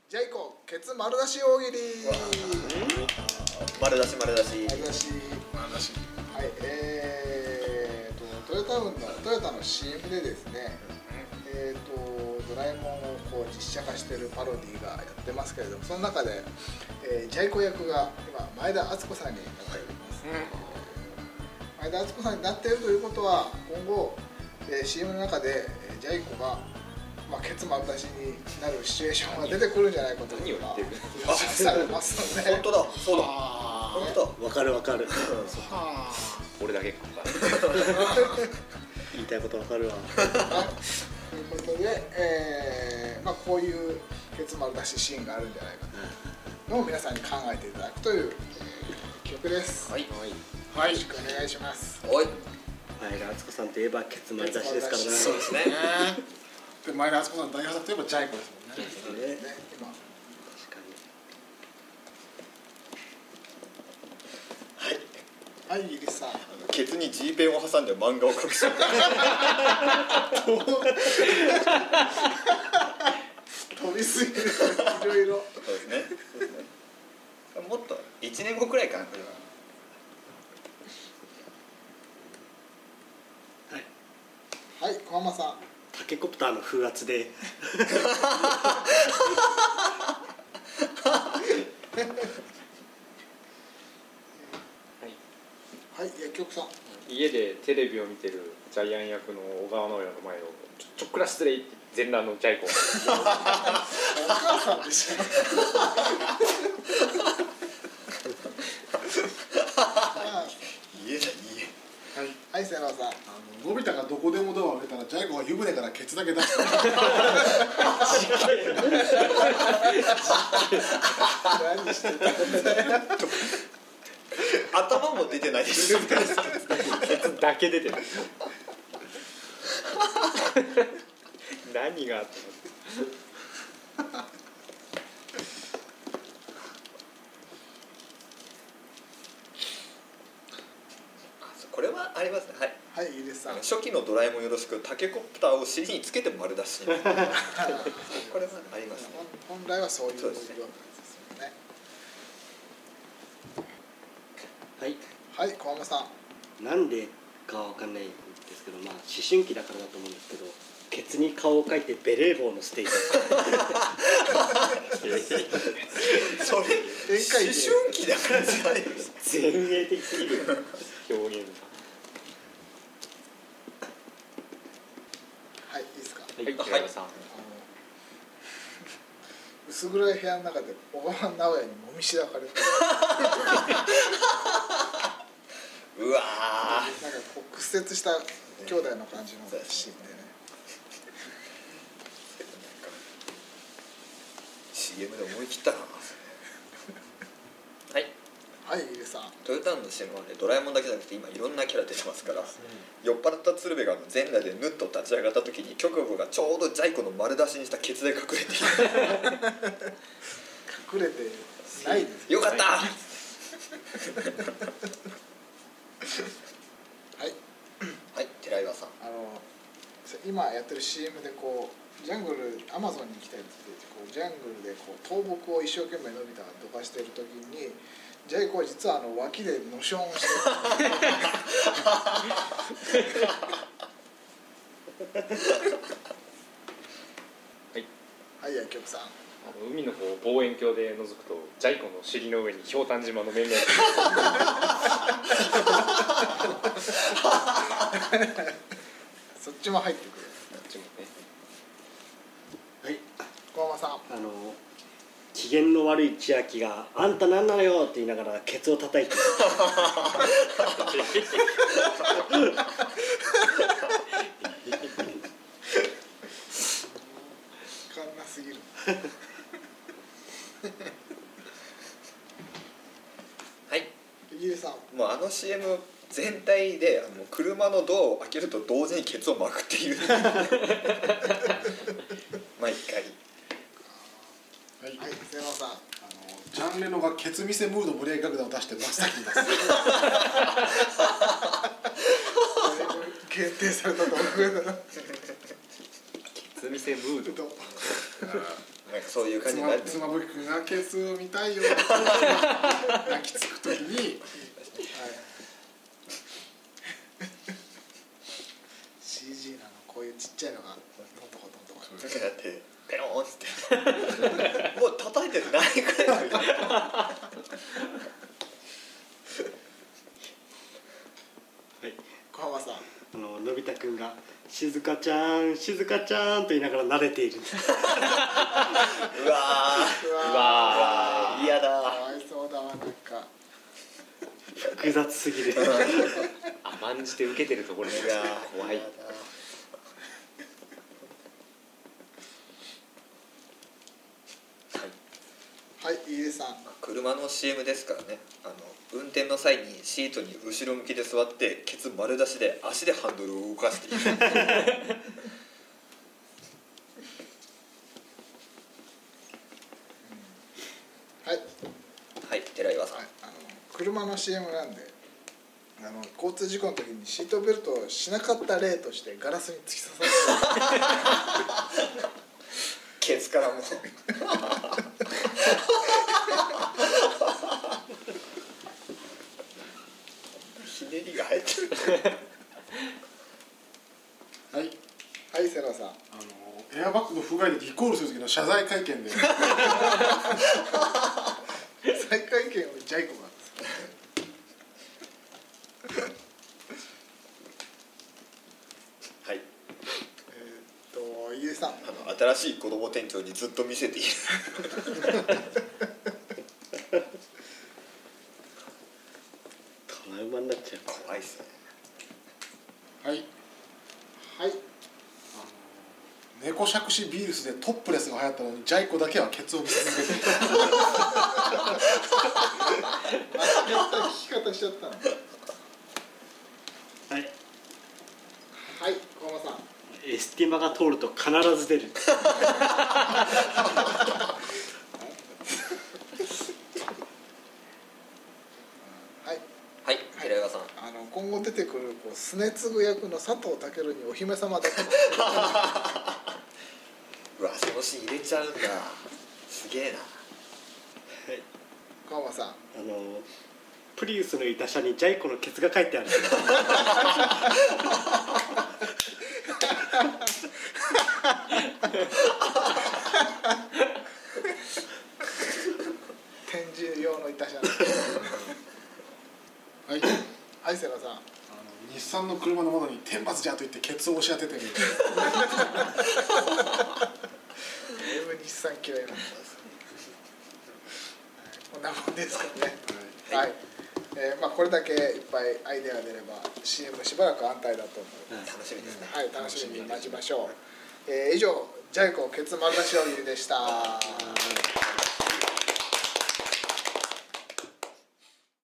ジャイコケツ丸出し大喜利。 丸出し丸出し丸出し丸出し。 はい、トヨタの CM でですね、ドラえもんをこう実写化しているパロディがやってますけれども、その中で、ジャイコ役が今前田敦子さんになっております、前田敦子さんになっているということは、今後、CM の中でジャイコがケツ丸出しになるシチュエーションが出てくるんじゃないかというのが予想されますので。 本当だ、そうだ、本当わかるわかる。 俺だけか分かる。 言いたいことわかるわ。 ということで、こういうケツ丸出しシーンがあるんじゃないかというのを皆さんに考えていただくという、企画です。 はい、 よろしくお願いします。 おい、 前田敦子さんといえばケツ丸出しですからね。 そうですね。 で前田敦子さんの代表作といえばジャイコですもんね。 そうですね。 今確かに。 はい、イギリスさん。 ケツに G ペンを挟んで漫画を描くし飛びすぎる、いろいろ。 そうですね。もっと1年後くらいかな、これは。 はい、小浜さん。 タケコプターの風圧ではい、薬局さん。 家でテレビを見てるジャイアン役の小川直也の前をちょっくら失礼って全裸のジャイコお母さんでしょ。 家だ、家。 はい、瀬野さん。 のび太がどこでもドアを開けたらジャイコが湯船からケツだけ出した。 何してたんだよ。 頭も出てないです。 ケツだけ出てる。何があったの。 これはありますね。はい。 はい、イギリスさん。 初期のドラえもんよろしく、タケコプターを尻につけて丸出し。これはありますね。 本来はそういうことですね。 ですよね。 はい。 はい、小浜さん。 なんでかわかんないんですけど、思春期だからだと思うんですけど、ケツに顔を描いてベレー帽のステージ。 それ思春期だからじゃないです。 前衛的すぎる表現はい、いいですか。 が。はい、平山さん。 薄暗い部屋の中で小川直也にもみしだかれてうわなんかこう屈折した兄弟の感じのシーンでね。 CM で思い切ったな。はい。 はい、イギリスさん。 トヨタの CM はね、ドラえもんだけじゃなくて今いろんなキャラ出てますから、酔っ払った鶴瓶が全裸でぬっと立ち上がった時に局部がちょうどジャイコの丸出しにしたケツで隠れている。 隠れてないです。 よかった。 はい。 はい、寺岩さん。 今やってる CM でこうジャングルアマゾンに行きたいって言ってこうジャングルでこう倒木を一生懸命のび太がどかしている時にジャイコは実は脇でのしょんをしてはい。 はい、薬局さん。 海の方を望遠鏡で覗くとジャイコの尻の上にひょうたん島の面々 そっちも入ってくる。 はい。 小浜さん。 機嫌の悪い千秋が「あんた何なのよ」って言いながらケツを叩いてる。 かんなすぎる。 はい。 イギリスさん。 もうCM 全体で車のドアを開けると同時にケツを巻くっていう。毎回。 はい、瀬野さん。 ジャンレノがケツ見せムード無理やり楽団を出して真っ先に出す。 限定されたと思うけど。 ケツ見せムード。 なんかそういう感じになる妻夫木君がケツを見たいよ泣きつくときに、 CG なのこういうちっちゃいのがトントコトントコだってペローンっつってもう叩いてないくらい小浜さんのび太くんが「静香ちゃん静香ちゃん」と言いながら撫でているうわー嫌だかわいそうだわなんか複雑すぎる甘んじて受けてるところです怖い。 はい飯出さん車の CM ですからね、運転の際にシートに後ろ向きで座ってケツ丸出しで足でハンドルを動かしているはいはい寺岩さん、 車の CM なんで交通事故の時にシートベルトをしなかった例としてガラスに突き刺さってケツからもひねりが入ってるはいはいセラさんエアバッグの不具合でリコールする時の謝罪会見で再会見をジャイコがはい飯出さん新しい子供店長にずっと見せているトラウマになっちゃう怖いっすね。 はいはい猫杓子ビールスでトップレスが流行ったのにジャイコだけはケツを見せ続けている聞き方しちゃったのはいはい小浜さんエスティマが通ると必ず出るはいはい寺岩さん、 今後出てくるスネツグ役の佐藤健にお姫様だけうわそのシーン入れちゃうんだすげえな。 小浜さんプリウスの板車にジャイコのケツが書いてある展示用のいたしゃはいはいセラさん日産の車の窓に天罰じゃと言ってケツを押し当ててるだいぶ日産嫌いなんですこんなもんですかねはい、これだけいっぱいアイデアが出れば CM しばらく安泰だと思う楽しみですね。 はい楽しみに待ちましょう、以上ジャイコケツ丸出し大喜利でした。